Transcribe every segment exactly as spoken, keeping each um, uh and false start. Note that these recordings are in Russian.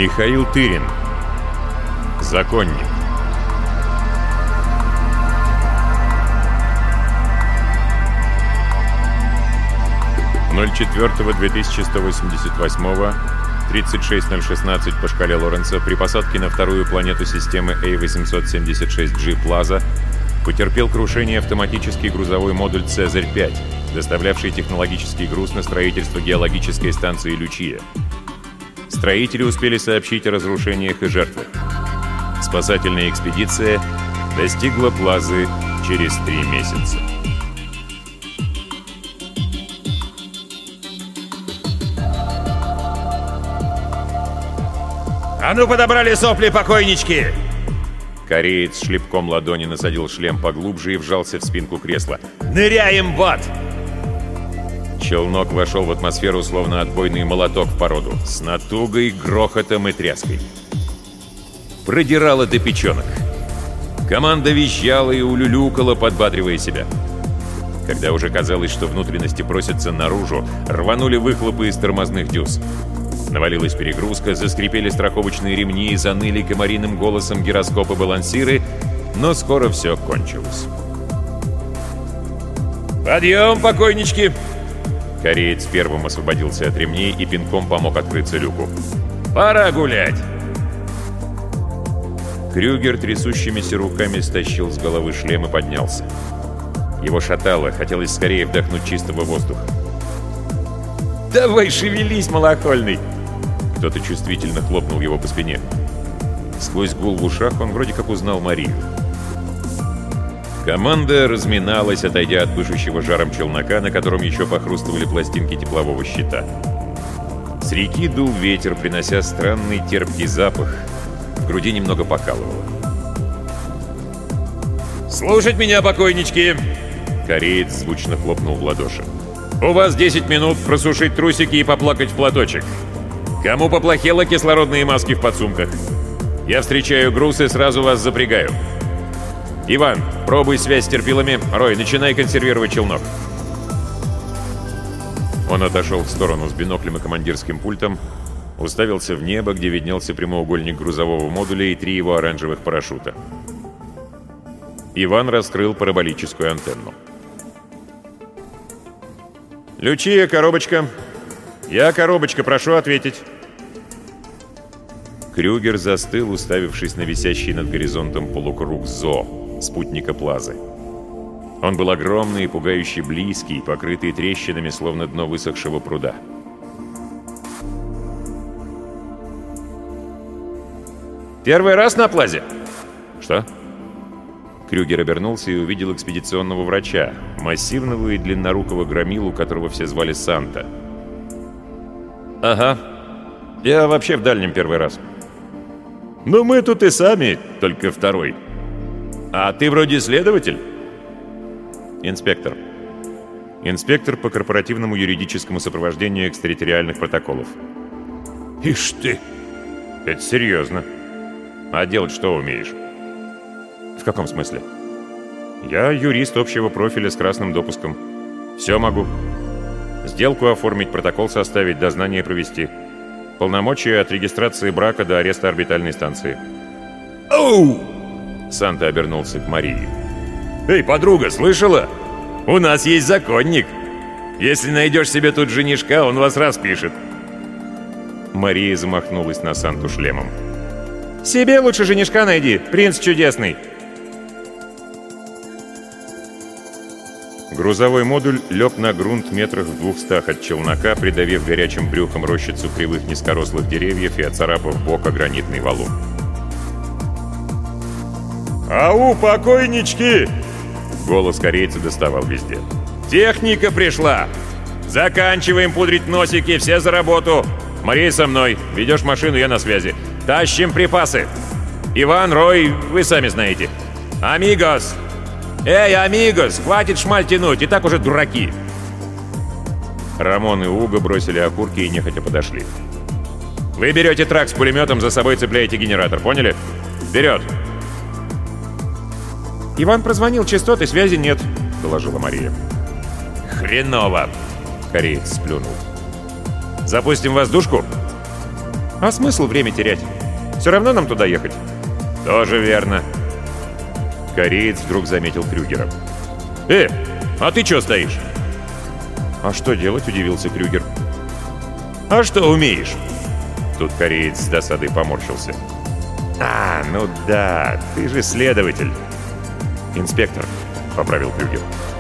Михаил Тырин. Законник. ноль четыре две тысячи сто восемьдесят восемь, тридцать шесть ноль шестнадцать по шкале Лоренца при посадке на вторую планету системы А восемьсот семьдесят шесть джи Плаза потерпел крушение автоматический грузовой модуль Цезарь пять, доставлявший технологический груз на строительство геологической станции Лючия. Строители успели сообщить о разрушениях и жертвах. Спасательная экспедиция достигла Плазы через три месяца. «А ну, подобрали сопли, покойнички!» Кореец шлепком ладони насадил шлем поглубже и вжался в спинку кресла. «Ныряем в ад!» Челнок вошел в атмосферу, словно отбойный молоток в породу, с натугой, грохотом и тряской. Продирало до печенок. Команда визжала и улюлюкала, подбадривая себя. Когда уже казалось, что внутренности просятся наружу, рванули выхлопы из тормозных дюз. Навалилась перегрузка, заскрипели страховочные ремни и заныли комариным голосом гироскопы-балансиры, но скоро все кончилось. «Подъем, покойнички!» Кореец первым освободился от ремней и пинком помог открыться люку. «Пора гулять!» Крюгер трясущимися руками стащил с головы шлем и поднялся. Его шатало, хотелось скорее вдохнуть чистого воздуха. «Давай шевелись, малохольный!» Кто-то чувствительно хлопнул его по спине. Сквозь гул в ушах он вроде как узнал Марию. Команда разминалась, отойдя от пышущего жаром челнока, на котором еще похрустывали пластинки теплового щита. С реки дул ветер, принося странный терпкий запах. В груди немного покалывало. «Слушать меня, покойнички!» Кореец звучно хлопнул в ладоши. «У вас десять минут просушить трусики и поплакать в платочек. Кому поплохело, кислородные маски в подсумках. Я встречаю груз и сразу вас запрягаю. Иван, пробуй связь с терпилами. Рой, начинай консервировать челнок». Он отошел в сторону с биноклем и командирским пультом, уставился в небо, где виднелся прямоугольник грузового модуля и три его оранжевых парашюта. Иван раскрыл параболическую антенну. «Лючия, коробочка. Я коробочка, прошу ответить». Крюгер застыл, уставившись на висящий над горизонтом полукруг Зо, спутника Плазы. Он был огромный и пугающе близкий, покрытый трещинами, словно дно высохшего пруда. «Первый раз на Плазе?» «Что?» Крюгер обернулся и увидел экспедиционного врача, массивного и длиннорукого громилу, которого все звали Санта. «Ага. Я вообще в дальнем первый раз». «Ну мы тут и сами, только второй». «А ты вроде следователь?» «Инспектор. Инспектор по корпоративному юридическому сопровождению экстерриториальных протоколов». «Ишь ты!» «Это серьезно. А делать что умеешь?» «В каком смысле?» «Я юрист общего профиля с красным допуском. Все могу. Сделку оформить, протокол составить, дознание провести. Полномочия от регистрации брака до ареста орбитальной станции». «Оу!» Санта обернулся к Марии. «Эй, подруга, слышала? У нас есть законник. Если найдешь себе тут женишка, он вас распишет». Мария замахнулась на Санту шлемом. «Себе лучше женишка найди, принц чудесный». Грузовой модуль лег на грунт метрах в двухстах от челнока, придавив горячим брюхом рощицу кривых низкорослых деревьев и оцарапав бок о гранитный валун. «Ау, покойнички!» Голос корейца доставал везде. «Техника пришла! Заканчиваем пудрить носики, все за работу! Мария со мной, ведешь машину, я на связи. Тащим припасы! Иван, Рой, вы сами знаете. Амигос! Эй, амигос, хватит шмаль тянуть, и так уже дураки!» Рамон и Уго бросили окурки и нехотя подошли. «Вы берете трак с пулеметом, за собой цепляете генератор, поняли? Вперед!» «Иван прозвонил, частоты, связи нет», — доложила Мария. «Хреново!» — кореец сплюнул. «Запустим воздушку?» А смысл время терять? Все равно нам туда ехать. Тоже верно. Кореец вдруг заметил Крюгера. Э, а ты чё стоишь? А что делать, удивился Крюгер. А что умеешь? Тут кореец с досадой поморщился. А, ну да, ты же следователь. Инспектор, поправил Крюгер.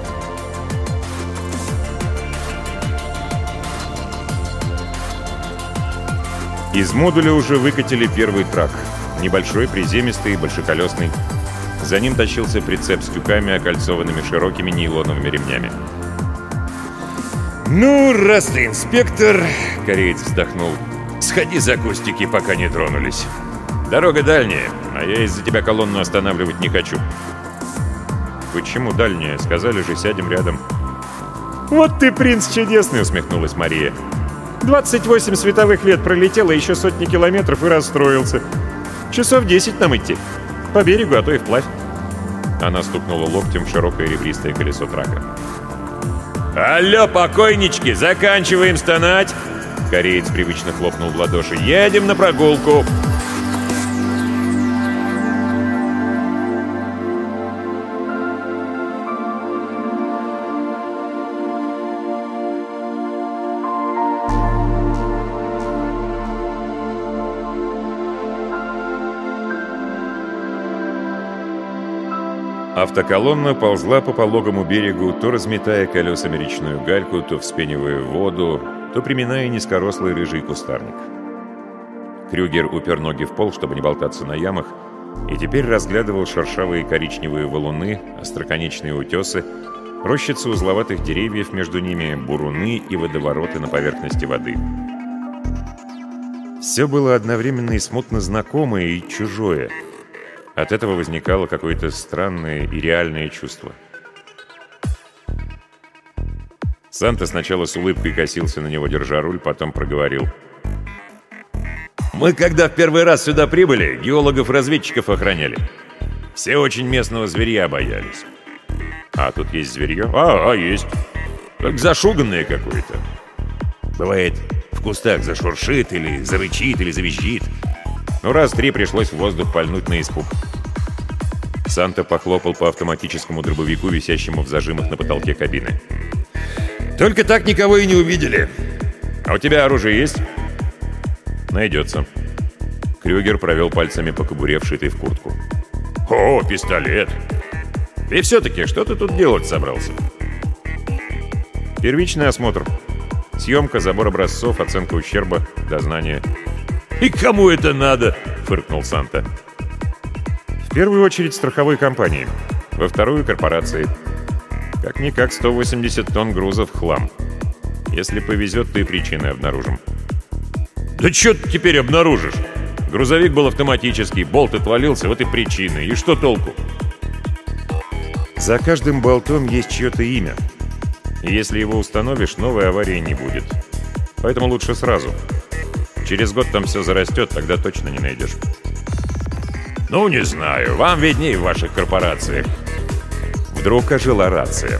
Из модуля уже выкатили первый трак. Небольшой, приземистый, большеколесный. За ним тащился прицеп с тюками, окольцованными широкими нейлоновыми ремнями. «Ну, раз ты инспектор...» — кореец вздохнул. «Сходи за кустики, пока не тронулись. Дорога дальняя, а я из-за тебя колонну останавливать не хочу». «Почему дальняя? Сказали же, сядем рядом». «Вот ты принц чудесный!» — усмехнулась Мария. «двадцать восемь световых лет пролетело, еще сотни километров и расстроился. Часов десять нам идти. По берегу, а то и вплавь». Она стукнула локтем в широкое ребристое колесо трака. «Алло, покойнички, заканчиваем стонать!» Кореец привычно хлопнул в ладоши. «Едем на прогулку!» Автоколонна ползла по пологому берегу, то разметая колесами речную гальку, то вспенивая воду, то приминая низкорослый рыжий кустарник. Крюгер упер ноги в пол, чтобы не болтаться на ямах, и теперь разглядывал шершавые коричневые валуны, остроконечные утесы, рощицы узловатых деревьев между ними, буруны и водовороты на поверхности воды. Все было одновременно и смутно знакомое, и чужое. От этого возникало какое-то странное и реальное чувство. Санта сначала с улыбкой косился на него, держа руль, потом проговорил. «Мы, когда в первый раз сюда прибыли, геологов-разведчиков охраняли. Все очень местного зверья боялись». «А тут есть зверье?» «А, а есть. Только зашуганное какое-то. Бывает, в кустах зашуршит или зарычит, или завизжит. Ну, раз три пришлось в воздух пальнуть на испуг». Санта похлопал по автоматическому дробовику, висящему в зажимах на потолке кабины. «Только так никого и не увидели. А у тебя оружие есть?» «Найдется». Крюгер провел пальцами по кобуре, вшитой в куртку. «О, пистолет! И все-таки, что ты тут делать собрался?» «Первичный осмотр. Съемка, забор образцов, оценка ущерба, дознание». «И кому это надо?» — фыркнул Санта. «В первую очередь страховой компании, во вторую — корпорации. Как-никак сто восемьдесят тонн грузов — хлам. Если повезет, то и причины обнаружим». «Да что ты теперь обнаружишь? Грузовик был автоматический, болт отвалился, вот и причины. И что толку?» «За каждым болтом есть чье-то имя. И если его установишь, новой аварии не будет. Поэтому лучше сразу. Через год там все зарастет, тогда точно не найдешь». «Ну, не знаю. Вам виднее в ваших корпорациях». Вдруг ожила рация.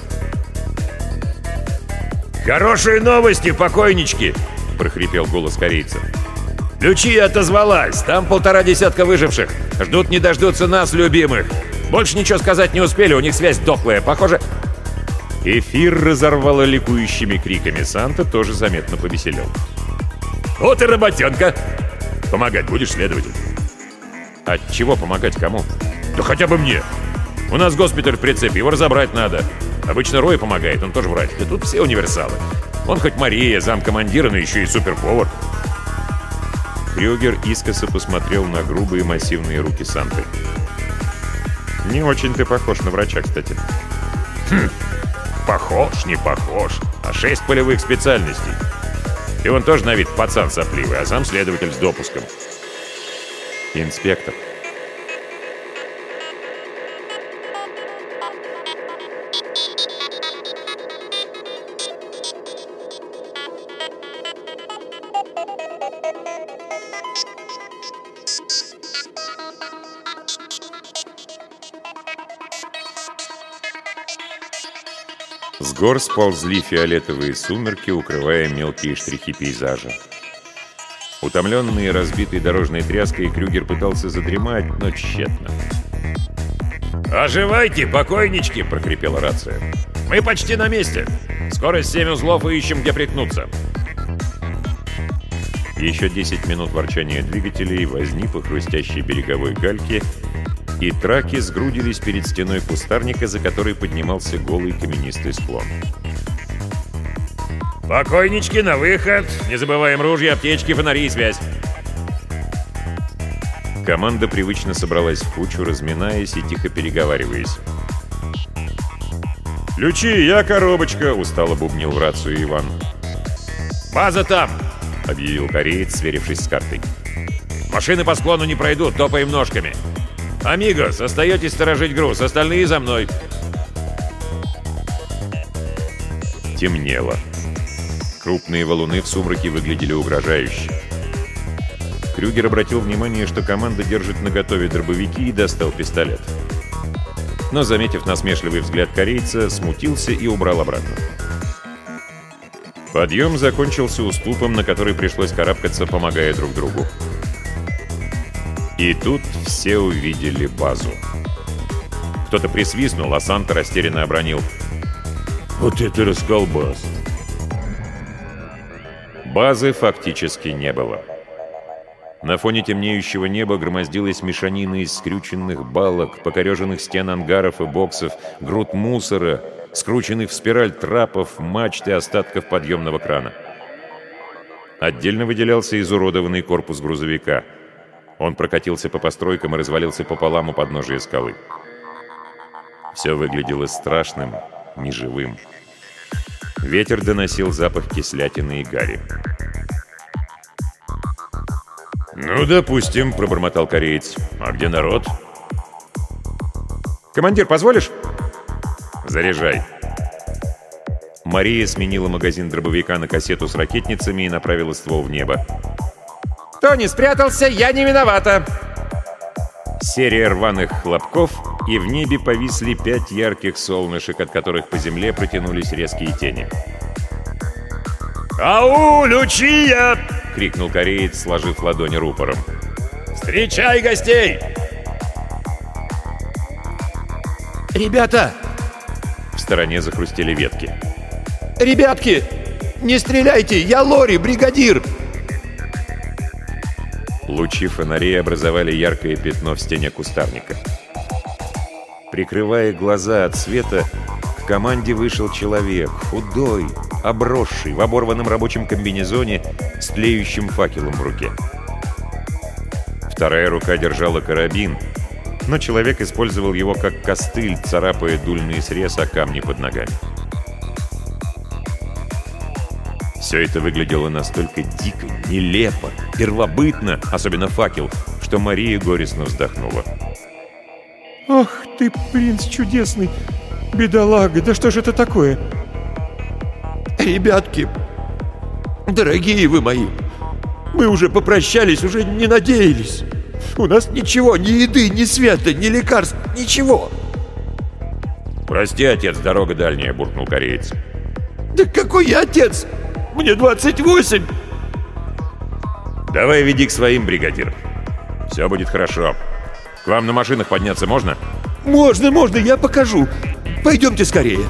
«Хорошие новости, покойнички!» — прохрипел голос корейца. «Лючия отозвалась. Там полтора десятка выживших. Ждут не дождутся нас, любимых. Больше ничего сказать не успели, у них связь дохлая. Похоже...» Эфир разорвало ликующими криками. Санта тоже заметно повеселел. «Вот и работенка! Помогать будешь, следователь?» От чего помогать кому? «Да хотя бы мне! У нас госпиталь в прицепе, его разобрать надо. Обычно Рой помогает, он тоже врач. Да тут все универсалы. Он хоть Мария, замкомандира, но еще и суперповар». Крюгер искоса посмотрел на грубые массивные руки Санты. «Не очень ты похож на врача, кстати». «Хм, похож, не похож. А шесть полевых специальностей. И он тоже на вид пацан сопливый, а сам следователь с допуском». «Инспектор». С гор сползли фиолетовые сумерки, укрывая мелкие штрихи пейзажа. Утомленный и разбитый дорожной тряской, Крюгер пытался задремать, но тщетно. «Оживайте, покойнички!» — прохрипела рация. «Мы почти на месте. Скорость семь узлов и ищем, где приткнуться». Еще десять минут ворчания двигателей, возни по хрустящей береговой гальке, и траки сгрудились перед стеной кустарника, за которой поднимался голый каменистый склон. «Покойнички, на выход! Не забываем ружья, аптечки, фонари и связь!» Команда привычно собралась в кучу, разминаясь и тихо переговариваясь. «Ключи, я коробочка!» — устало бубнил в рацию Иван. «База там!» — объявил кореец, сверившись с картой. «Машины по склону не пройдут, топаем ножками. Амигос, остаетесь сторожить груз, остальные за мной!» Темнело. Крупные валуны в сумраке выглядели угрожающе. Крюгер обратил внимание, что команда держит наготове дробовики, и достал пистолет. Но, заметив насмешливый взгляд корейца, смутился и убрал обратно. Подъем закончился уступом, на который пришлось карабкаться, помогая друг другу. И тут все увидели базу. Кто-то присвистнул, а Санта растерянно обронил: «Вот это расколбас!» Базы фактически не было. На фоне темнеющего неба громоздилась мешанина из скрюченных балок, покореженных стен ангаров и боксов, груд мусора, скрученных в спираль трапов, мачт и остатков подъемного крана. Отдельно выделялся изуродованный корпус грузовика. Он прокатился по постройкам и развалился пополам у подножия скалы. Все выглядело страшным, неживым. Ветер доносил запах кислятины и гари. «Ну, допустим», — пробормотал кореец. «А где народ?» «Командир, позволишь?» «Заряжай». Мария сменила магазин дробовика на кассету с ракетницами и направила ствол в небо. «Кто не спрятался, я не виновата!» Серия рваных хлопков, и в небе повисли пять ярких солнышек, от которых по земле протянулись резкие тени. «Ау, Лючия!» — крикнул кореец, сложив ладони рупором. «Встречай гостей!» «Ребята!» В стороне захрустели ветки. «Ребятки! Не стреляйте! Я Лори, бригадир!» Лучи фонарей образовали яркое пятно в стене кустарника. Прикрывая глаза от света, к команде вышел человек, худой, обросший, в оборванном рабочем комбинезоне, с тлеющим факелом в руке. Вторая рука держала карабин, но человек использовал его как костыль, царапая дульный срез о камни под ногами. Все это выглядело настолько дико, нелепо, первобытно, особенно факел, что Мария горестно вздохнула. «Ох ты, принц чудесный! Бедолага, да что же это такое?» «Ребятки, дорогие вы мои, мы уже попрощались, уже не надеялись. У нас ничего, ни еды, ни света, ни лекарств, ничего». «Прости, отец, дорога дальняя», — буркнул кореец. «Да какой я отец? Мне двадцать восемь!» «Давай веди к своим, бригадир. Все будет хорошо. К вам на машинах подняться можно?» «Можно, можно, я покажу. Пойдемте скорее».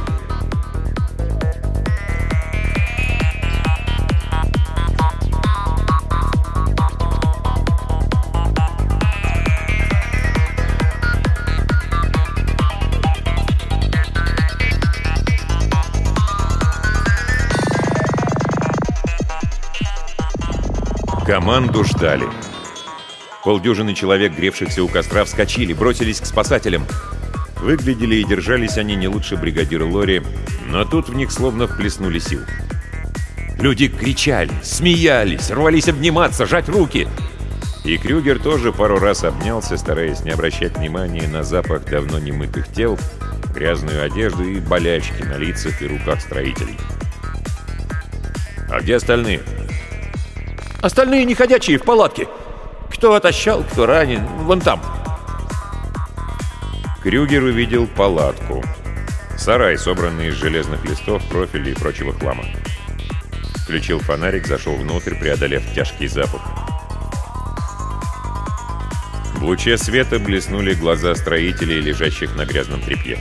Команду ждали. Полдюжины человек, гревшихся у костра, вскочили, бросились к спасателям. Выглядели и держались они не лучше бригадира Лори, но тут в них словно вплеснули сил. Люди кричали, смеялись, рвались обниматься, жать руки. И Крюгер тоже пару раз обнялся, стараясь не обращать внимания на запах давно немытых тел, грязную одежду и болячки на лицах и руках строителей. «А где остальные?» «Остальные неходячие в палатке. Кто отощал, кто ранен, вон там». Крюгер увидел палатку. Сарай, собранный из железных листов, профилей и прочего хлама. Включил фонарик, зашел внутрь, преодолев тяжкий запах. В луче света блеснули глаза строителей, лежащих на грязном тряпье.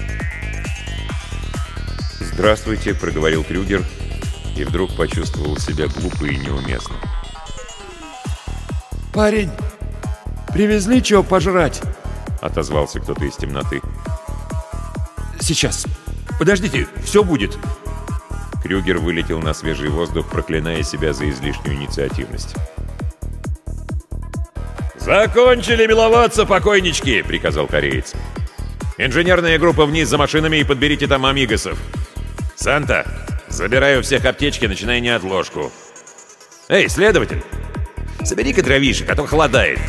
«Здравствуйте», — проговорил Крюгер, и вдруг почувствовал себя глупо и неуместно. «Парень, привезли чего пожрать?» — отозвался кто-то из темноты. «Сейчас. Подождите, все будет». Крюгер вылетел на свежий воздух, проклиная себя за излишнюю инициативность. «Закончили миловаться, покойнички!» — приказал кореец. «Инженерная группа вниз за машинами и подберите там амигосов. Санта, забираю у всех аптечки, начиная неотложку. Эй, следователь, собери-ка дровишек, а то холодает».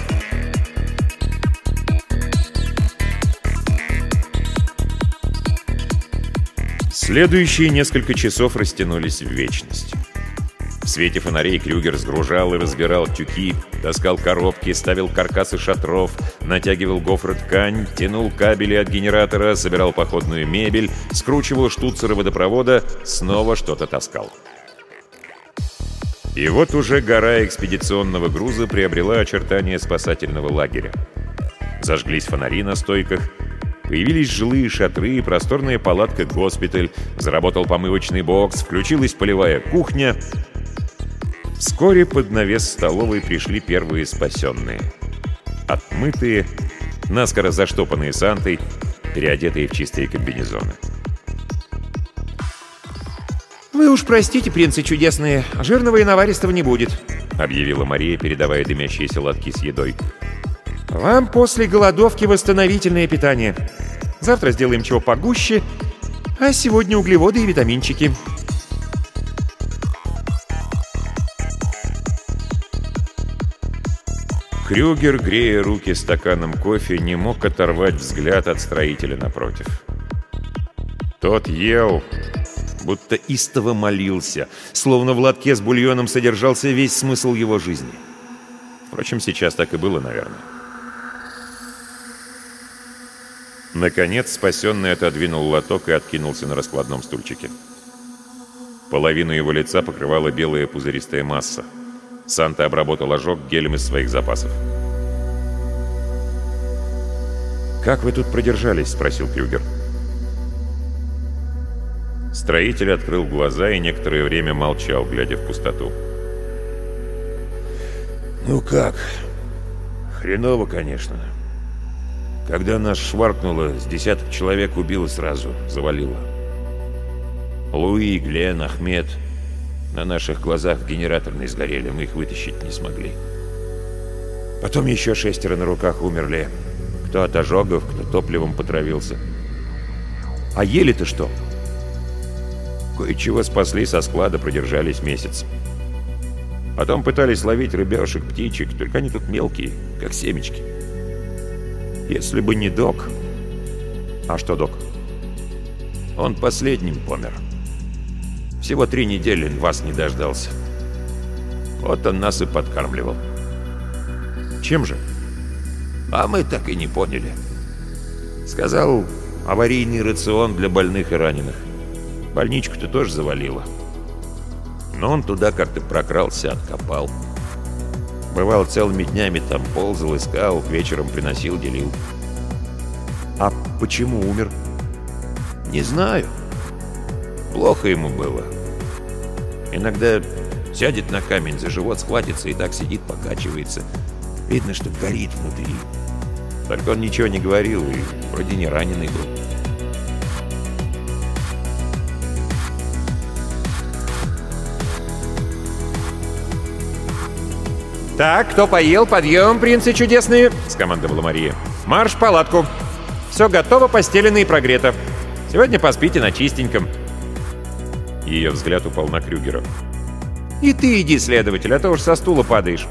Следующие несколько часов растянулись в вечность. В свете фонарей Крюгер сгружал и разбирал тюки, таскал коробки, ставил каркасы шатров, натягивал гофроткань, тянул кабели от генератора, собирал походную мебель, скручивал штуцеры водопровода, снова что-то таскал. И вот уже гора экспедиционного груза приобрела очертания спасательного лагеря. Зажглись фонари на стойках, появились жилые шатры, просторная палатка-госпиталь, заработал помывочный бокс, включилась полевая кухня. Вскоре под навес столовой пришли первые спасенные. Отмытые, наскоро заштопанные Сантой, переодетые в чистые комбинезоны. «Вы уж простите, принцы чудесные, жирного и наваристого не будет», — объявила Мария, передавая дымящиеся лотки с едой. «Вам после голодовки восстановительное питание. Завтра сделаем чего погуще, а сегодня углеводы и витаминчики». Крюгер, грея руки стаканом кофе, не мог оторвать взгляд от строителя напротив. Тот ел, будто истово молился, словно в лотке с бульоном содержался весь смысл его жизни. Впрочем, сейчас так и было, наверное. Наконец, спасенный отодвинул лоток и откинулся на раскладном стульчике. Половину его лица покрывала белая пузыристая масса. Санта обработал ожог гелем из своих запасов. «Как вы тут продержались?» — спросил Крюгер. Строитель открыл глаза и некоторое время молчал, глядя в пустоту. «Ну как? Хреново, конечно. Когда нас шваркнуло, с десяток человек убило сразу, завалило. Луи, Глен, Ахмед. На наших глазах в генераторной сгорели, мы их вытащить не смогли. Потом еще шестеро на руках умерли. Кто от ожогов, кто топливом потравился. «А ели-то что?» Кое-чего спасли со склада, продержались месяц. Потом пытались ловить рыбешек, птичек, только они тут мелкие, как семечки. Если бы не док... «А что док?» Он последним помер. Всего три недели вас не дождался. Вот он нас и подкармливал. «Чем же?» А мы так и не поняли. Сказал, аварийный рацион для больных и раненых. Больничку-то тоже завалило. Но он туда как-то прокрался, откопал. Бывал, целыми днями там ползал, искал, вечером приносил, делил. «А почему умер?» Не знаю. Плохо ему было. Иногда сядет на камень, за живот схватится и так сидит, покачивается. Видно, что горит внутри. Только он ничего не говорил и вроде не раненый был. «Так, кто поел, подъем, принцы чудесные!» — скомандовала Мария. «Марш в палатку! Все готово, постелено и прогрето. Сегодня поспите на чистеньком». Ее взгляд упал на Крюгера. «И ты иди, следователь, а то уж со стула падаешь».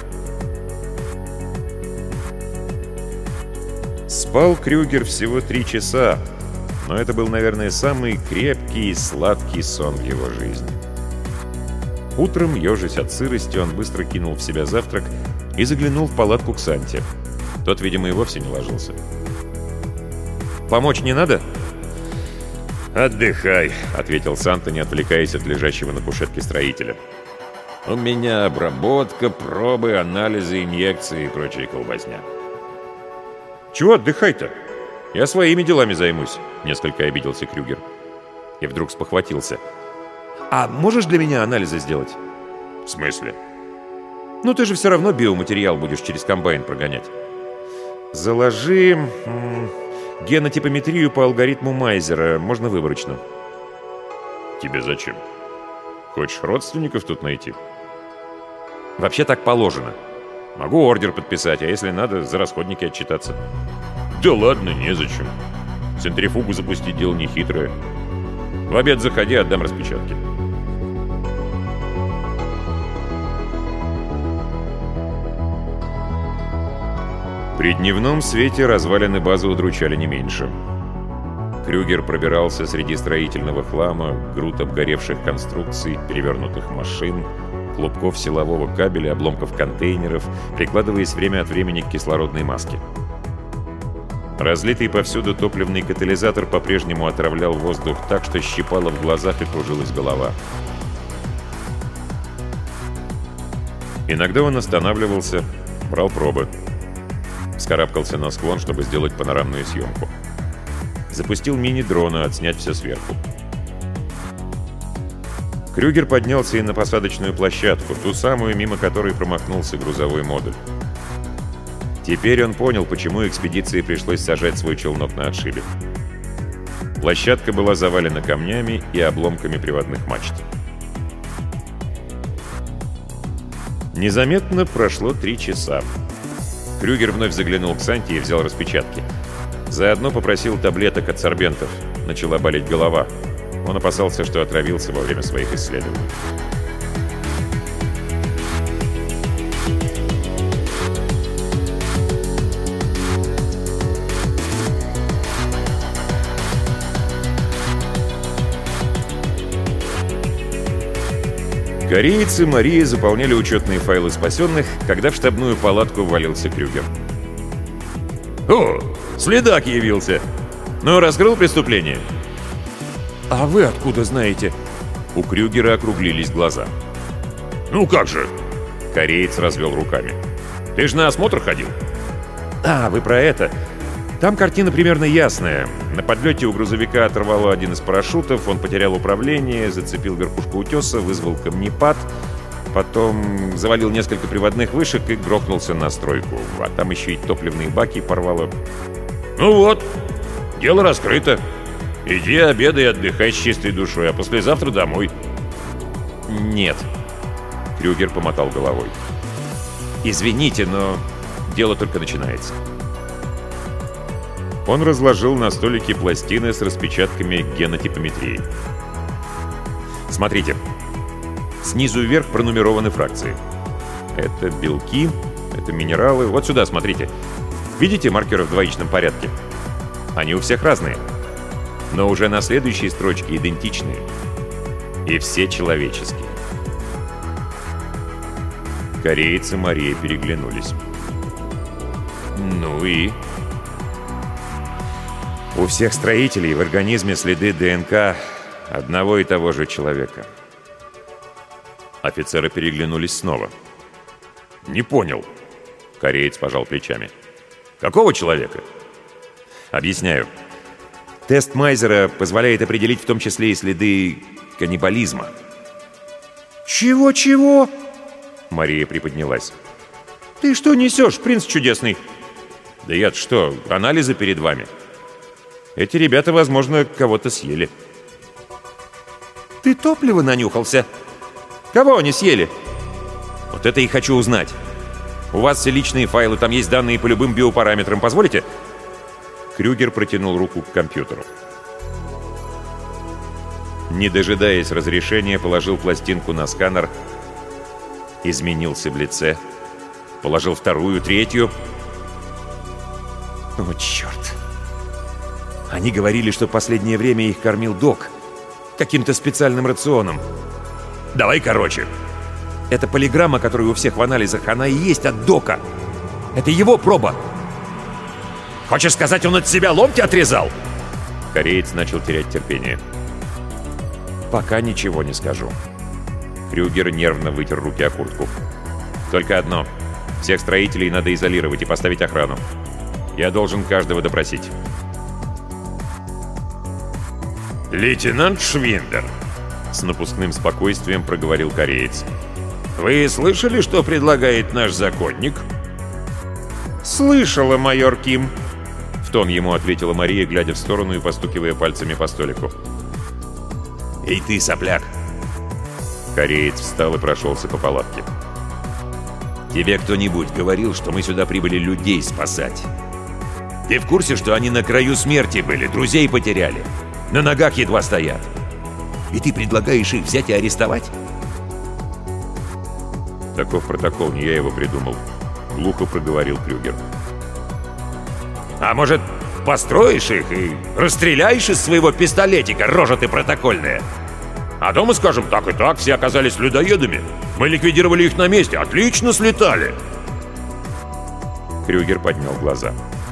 Спал Крюгер всего три часа, но это был, наверное, самый крепкий и сладкий сон в его жизни. Утром, ежась от сырости, он быстро кинул в себя завтрак и заглянул в палатку к Санте. Тот, видимо, и вовсе не ложился. «Помочь не надо?» «Отдыхай», — ответил Санта, не отвлекаясь от лежащего на кушетке строителя. «У меня обработка, пробы, анализы, инъекции и прочая колбасня». «Чего отдыхай-то? Я своими делами займусь», — несколько обиделся Крюгер. И вдруг спохватился. «А можешь для меня анализы сделать?» «В смысле?» «Ну ты же все равно биоматериал будешь через комбайн прогонять». «Заложи м- генотипометрию по алгоритму Майзера, можно выборочно». «Тебе зачем? Хочешь родственников тут найти?» «Вообще так положено. Могу ордер подписать, а если надо, за расходники отчитаться». «Да ладно, незачем. Центрифугу запустить дело нехитрое. В обед заходи, отдам распечатки». При дневном свете развалины базы удручали не меньше. Крюгер пробирался среди строительного хлама, груд обгоревших конструкций, перевернутых машин, клубков силового кабеля, обломков контейнеров, прикладываясь время от времени к кислородной маске. Разлитый повсюду топливный катализатор по-прежнему отравлял воздух так, что щипало в глазах и кружилась голова. Иногда он останавливался, брал пробы. Вскарабкался на склон, чтобы сделать панорамную съемку. Запустил мини-дрона, отснять все сверху. Крюгер поднялся и на посадочную площадку, ту самую, мимо которой промахнулся грузовой модуль. Теперь он понял, почему экспедиции пришлось сажать свой челнок на отшибе. Площадка была завалена камнями и обломками приводных мачт. Незаметно прошло три часа. Крюгер вновь заглянул к Санте и взял распечатки. Заодно попросил таблеток от сорбентов. Начала болеть голова. Он опасался, что отравился во время своих исследований. Кореец и Мария заполняли учетные файлы спасенных, когда в штабную палатку ввалился Крюгер. «О, следак явился! Ну, раскрыл преступление?» «А вы откуда знаете?» У Крюгера округлились глаза. «Ну как же?» Кореец развел руками. «Ты же на осмотр ходил?» «А, вы про это. Там картина примерно ясная. На подлете у грузовика оторвало один из парашютов, он потерял управление, зацепил верхушку утеса, вызвал камнепад, потом завалил несколько приводных вышек и грохнулся на стройку. А там еще и топливные баки порвало». «Ну вот, дело раскрыто. Иди обедай и отдыхай с чистой душой, а послезавтра домой». «Нет», — Крюгер помотал головой. «Извините, но дело только начинается». Он разложил на столике пластины с распечатками генотипометрии. Смотрите. Снизу вверх пронумерованы фракции. Это белки, это минералы. Вот сюда смотрите. Видите маркеры в двоичном порядке? Они у всех разные. Но уже на следующей строчке идентичные. И все человеческие. Кореец и Мария переглянулись. Ну и... У всех строителей в организме следы ДНК одного и того же человека. Офицеры переглянулись снова. «Не понял». Кореец пожал плечами. «Какого человека?» «Объясняю. Тест Майзера позволяет определить в том числе и следы каннибализма». «Чего-чего?» Мария приподнялась. «Ты что несешь, принц чудесный?» «Да я-то что, анализы перед вами. Эти ребята, возможно, кого-то съели». «Ты топливо нанюхался? Кого они съели?» «Вот это и хочу узнать. У вас все личные файлы, там есть данные по любым биопараметрам. Позволите?» Крюгер протянул руку к компьютеру. Не дожидаясь разрешения, положил пластинку на сканер, изменился в лице, положил вторую, третью. О, черт! Они говорили, что последнее время их кормил док каким-то специальным рационом. «Давай короче». Эта полиграмма, которая у всех в анализах, она и есть от дока. Это его проба. «Хочешь сказать, он от себя ломти отрезал?» Кореец начал терять терпение. «Пока ничего не скажу». Крюгер нервно вытер руки о куртку. «Только одно. Всех строителей надо изолировать и поставить охрану. Я должен каждого допросить». «Лейтенант Швиндер», — с напускным спокойствием проговорил кореец. «Вы слышали, что предлагает наш законник?» «Слышала, майор Ким», — в тон ему ответила Мария, глядя в сторону и постукивая пальцами по столику. «Эй ты, сопляк!» Кореец встал и прошелся по палатке. «Тебе кто-нибудь говорил, что мы сюда прибыли людей спасать? Ты в курсе, что они на краю смерти были, друзей потеряли? На ногах едва стоят. И ты предлагаешь их взять и арестовать?» «Таков протокол, не я его придумал», — глухо проговорил Крюгер. «А может, построишь их и расстреляешь из своего пистолетика, рожа ты протокольная? А дома скажем, так и так, все оказались людоедами. Мы ликвидировали их на месте, отлично слетали!» Крюгер поднял глаза.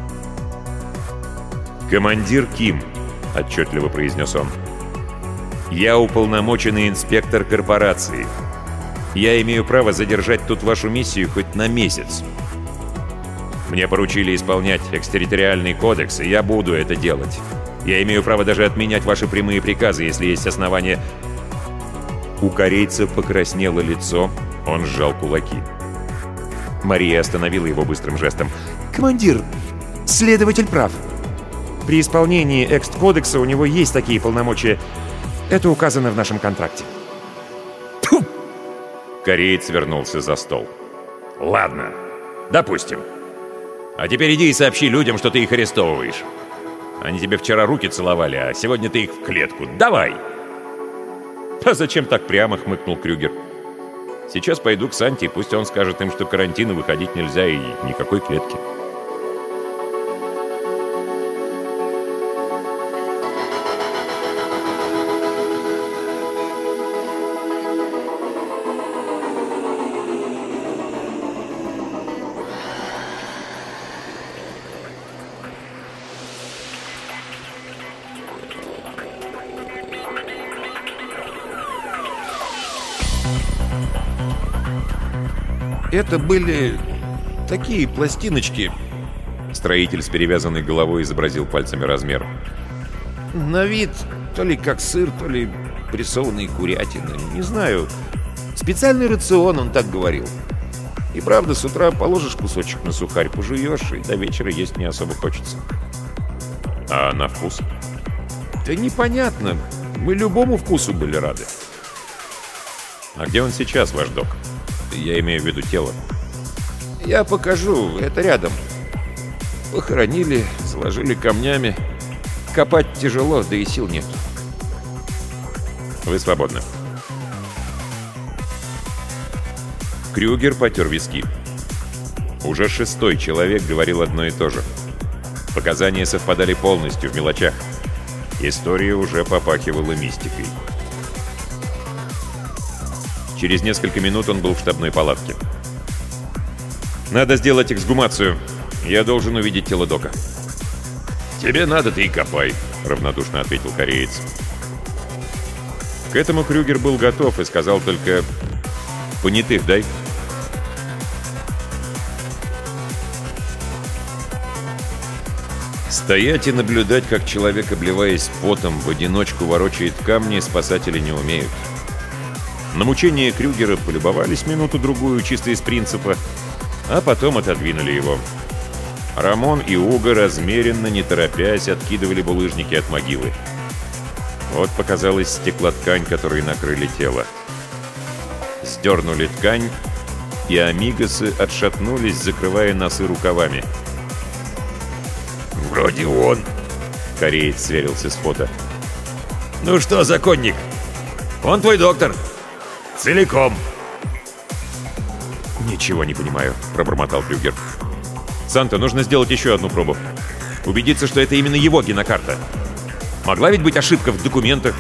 «Командир Ким», — отчетливо произнес он. «Я уполномоченный инспектор корпорации. Я имею право задержать тут вашу миссию хоть на месяц. Мне поручили исполнять экстерриториальный кодекс, и я буду это делать. Я имею право даже отменять ваши прямые приказы, если есть основания...» У корейца покраснело лицо, он сжал кулаки. Мария остановила его быстрым жестом. «Командир, следователь прав. При исполнении экст-кодекса у него есть такие полномочия. Это указано в нашем контракте». Тьфу! Кореец вернулся за стол. «Ладно, допустим. А теперь иди и сообщи людям, что ты их арестовываешь. Они тебе вчера руки целовали, а сегодня ты их в клетку. Давай!» «А зачем так прямо?» — хмыкнул Крюгер. «Сейчас пойду к Санте, пусть он скажет им, что карантина выходить нельзя и никакой клетки». Это были такие пластиночки. Строитель с перевязанной головой изобразил пальцами размер. На вид то ли как сыр, то ли прессованные курятины. Не знаю. Специальный рацион, он так говорил. И правда, с утра положишь кусочек на сухарь, пожуешь, и до вечера есть не особо хочется. А на вкус? Да непонятно. Мы любому вкусу были рады. А где он сейчас, ваш док? Я имею в виду тело. Я покажу, это рядом. Похоронили, заложили камнями. Копать тяжело, да и сил нет. Вы свободны. Крюгер потер виски. Уже шестой человек говорил одно и то же. Показания совпадали полностью в мелочах. История уже попахивала мистикой. Через несколько минут он был в штабной палатке. «Надо сделать эксгумацию. Я должен увидеть тело дока». «Тебе надо, ты и копай», — равнодушно ответил кореец. К этому Крюгер был готов и сказал только: «Понятых дай». Стоять и наблюдать, как человек, обливаясь потом, в одиночку ворочает камни, спасатели не умеют. На мучение Крюгера полюбовались минуту-другую чисто из принципа, а потом отодвинули его. Рамон и Уго размеренно, не торопясь, откидывали булыжники от могилы. Вот показалась стеклоткань, которой накрыли тело. Сдернули ткань, и амигосы отшатнулись, закрывая носы рукавами. «Вроде он», — кореец сверился с фото. «Ну что, законник, он твой доктор. Целиком». «Ничего не понимаю», — пробормотал Крюгер. «Санта, нужно сделать еще одну пробу. Убедиться, что это именно его генокарта. Могла ведь быть ошибка в документах».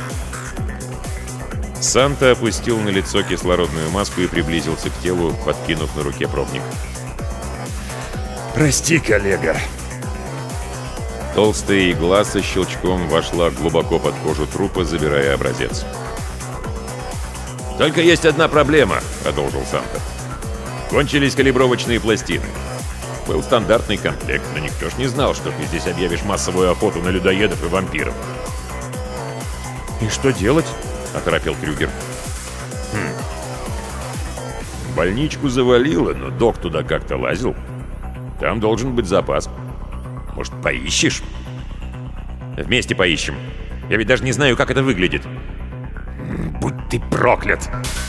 Санта опустил на лицо кислородную маску и приблизился к телу, подкинув на руке пробник. «Прости, коллега. Толстая игла со щелчком вошла глубоко под кожу трупа, забирая образец. «Только есть одна проблема», — продолжил Санта. «Кончились калибровочные пластины. Был стандартный комплект, но никто ж не знал, что ты здесь объявишь массовую охоту на людоедов и вампиров». «И что делать?» — оторопел Крюгер. «Хм. Больничку завалило, но док туда как-то лазил. Там должен быть запас. Может, поищешь?» «Вместе поищем. Я ведь даже не знаю, как это выглядит». «Будь ты проклят!»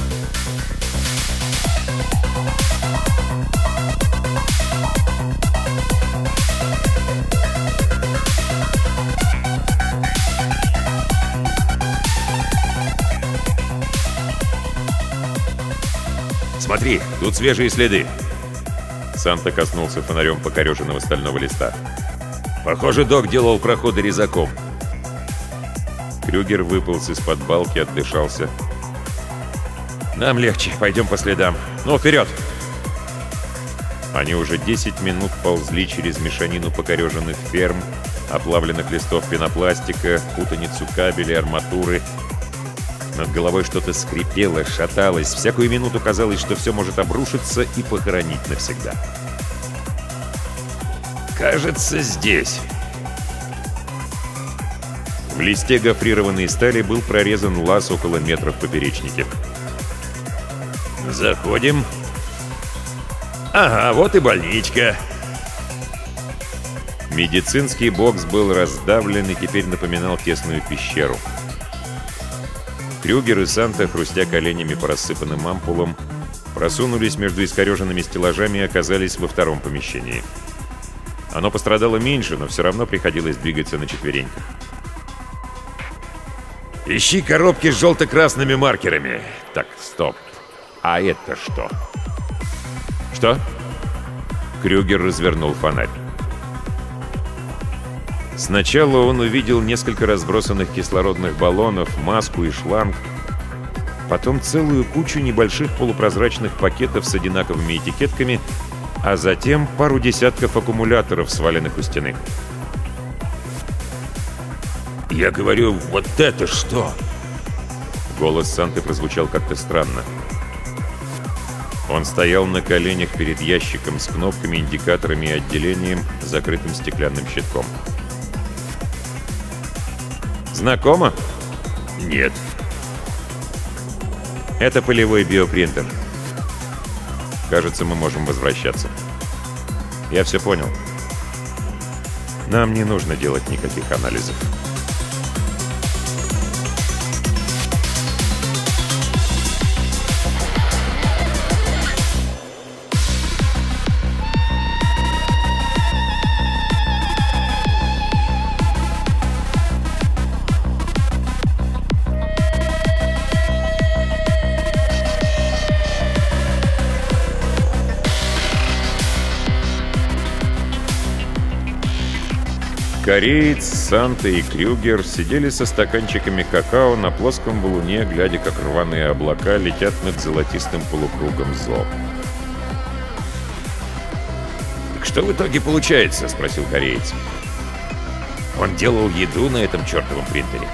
«Смотри, тут свежие следы». Санта коснулся фонарем покореженного стального листа. «Похоже, док делал проходы резаком». Крюгер выполз из-под балки, отдышался. «Нам легче, пойдем по следам. Ну, вперед!» Они уже десять минут ползли через мешанину покореженных ферм, оплавленных листов пенопластика, путаницу кабелей, арматуры. Над головой что-то скрипело, шаталось. Всякую минуту казалось, что все может обрушиться и похоронить навсегда. «Кажется, здесь». В листе гофрированной стали был прорезан лаз около метра в поперечнике. «Заходим». «Ага, вот и больничка». Медицинский бокс был раздавлен и теперь напоминал тесную пещеру. Крюгер и Санта, хрустя коленями по рассыпанным ампулам, просунулись между искореженными стеллажами и оказались во втором помещении. Оно пострадало меньше, но все равно приходилось двигаться на четвереньках. «Ищи коробки с желто-красными маркерами». Так, стоп. А это что? «Что?» Крюгер развернул фонарь. Сначала он увидел несколько разбросанных кислородных баллонов, маску и шланг, потом целую кучу небольших полупрозрачных пакетов с одинаковыми этикетками, а затем пару десятков аккумуляторов, сваленных у стены. «Я говорю, вот это что?» Голос Санты прозвучал как-то странно. Он стоял на коленях перед ящиком с кнопками, индикаторами и отделением, закрытым стеклянным щитком. «Знакомо?» «Нет». «Это полевой биопринтер. Кажется, мы можем возвращаться». «Я все понял. Нам не нужно делать никаких анализов». Кореец, Санта и Крюгер сидели со стаканчиками какао на плоском валуне, глядя, как рваные облака летят над золотистым полукругом зо. «Так что в итоге получается?» — спросил кореец. «Он делал еду на этом чертовом принтере?»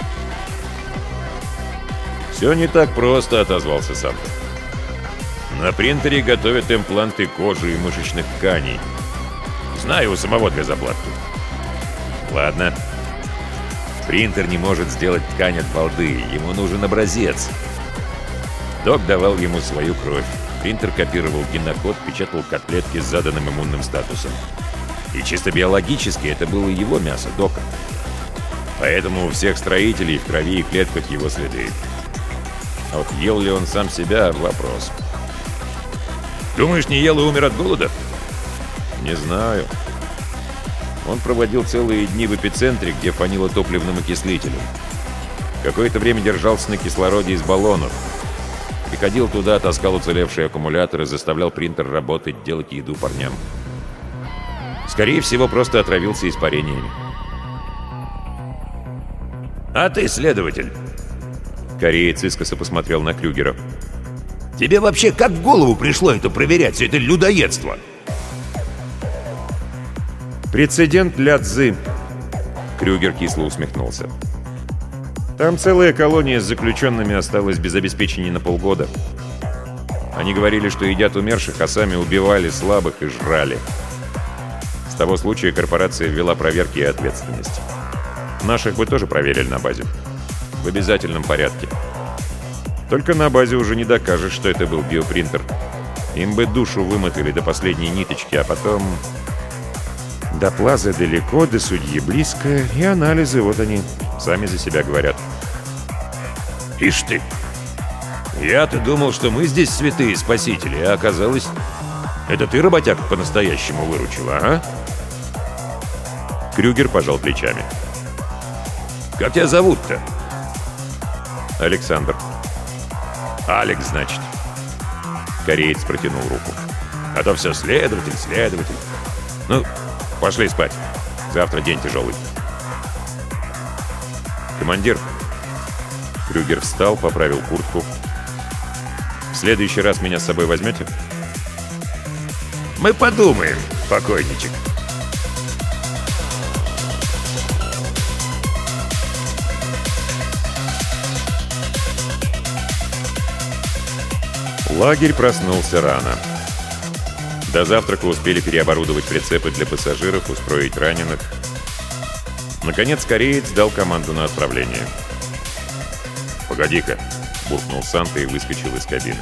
«Все не так просто», — отозвался Санта. «На принтере готовят импланты кожи и мышечных тканей. Знаю у самого для заплатки». «Ладно. Принтер не может сделать ткань от балды, ему нужен образец». Док давал ему свою кровь. Принтер копировал генокод, печатал котлетки с заданным иммунным статусом. И чисто биологически это было его мясо, Дока. Поэтому у всех строителей в крови и клетках его следы. А вот ел ли он сам себя — вопрос. «Думаешь, не ел и умер от голода?» «Не знаю». Он проводил целые дни в эпицентре, где фанило топливным окислителем. Какое-то время держался на кислороде из баллонов. Приходил туда, таскал уцелевшие аккумуляторы, заставлял принтер работать, делать еду парням. Скорее всего, просто отравился испарениями. «А ты следователь?» Кореец искоса посмотрел на Крюгера. «Тебе вообще как в голову пришло это проверять, все это людоедство?» Прецедент для Цзы. Крюгер кисло усмехнулся. Там целая колония с заключенными осталась без обеспечения на полгода. Они говорили, что едят умерших, а сами убивали слабых и жрали. С того случая корпорация ввела проверки и ответственность. Наших бы тоже проверили на базе. В обязательном порядке. Только на базе уже не докажешь, что это был биопринтер. Им бы душу вымотали до последней ниточки, а потом... До Плазы далеко, до судьи близко, и анализы, вот они, сами за себя говорят. Ишь ты! Я-то думал, что мы здесь святые спасители, а оказалось, это ты, работяг, по-настоящему выручила, а? Крюгер пожал плечами. Как тебя зовут-то? Александр. Алекс, значит. Кореец протянул руку. А то все следователь, следователь. Ну, пошли спать. Завтра день тяжелый. Командир. Крюгер встал, поправил куртку. В следующий раз меня с собой возьмете? Мы подумаем, покойничек. Лагерь проснулся рано. До завтрака успели переоборудовать прицепы для пассажиров, устроить раненых. Наконец, кореец дал команду на отправление. «Погоди-ка!» — буркнул Санта и выскочил из кабины.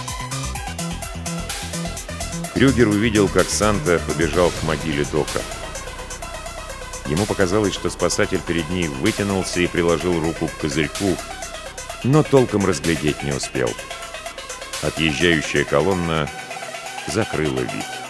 Крюгер увидел, как Санта побежал к могиле Дока. Ему показалось, что спасатель перед ней вытянулся и приложил руку к козырьку, но толком разглядеть не успел. Отъезжающая колонна закрыла вид.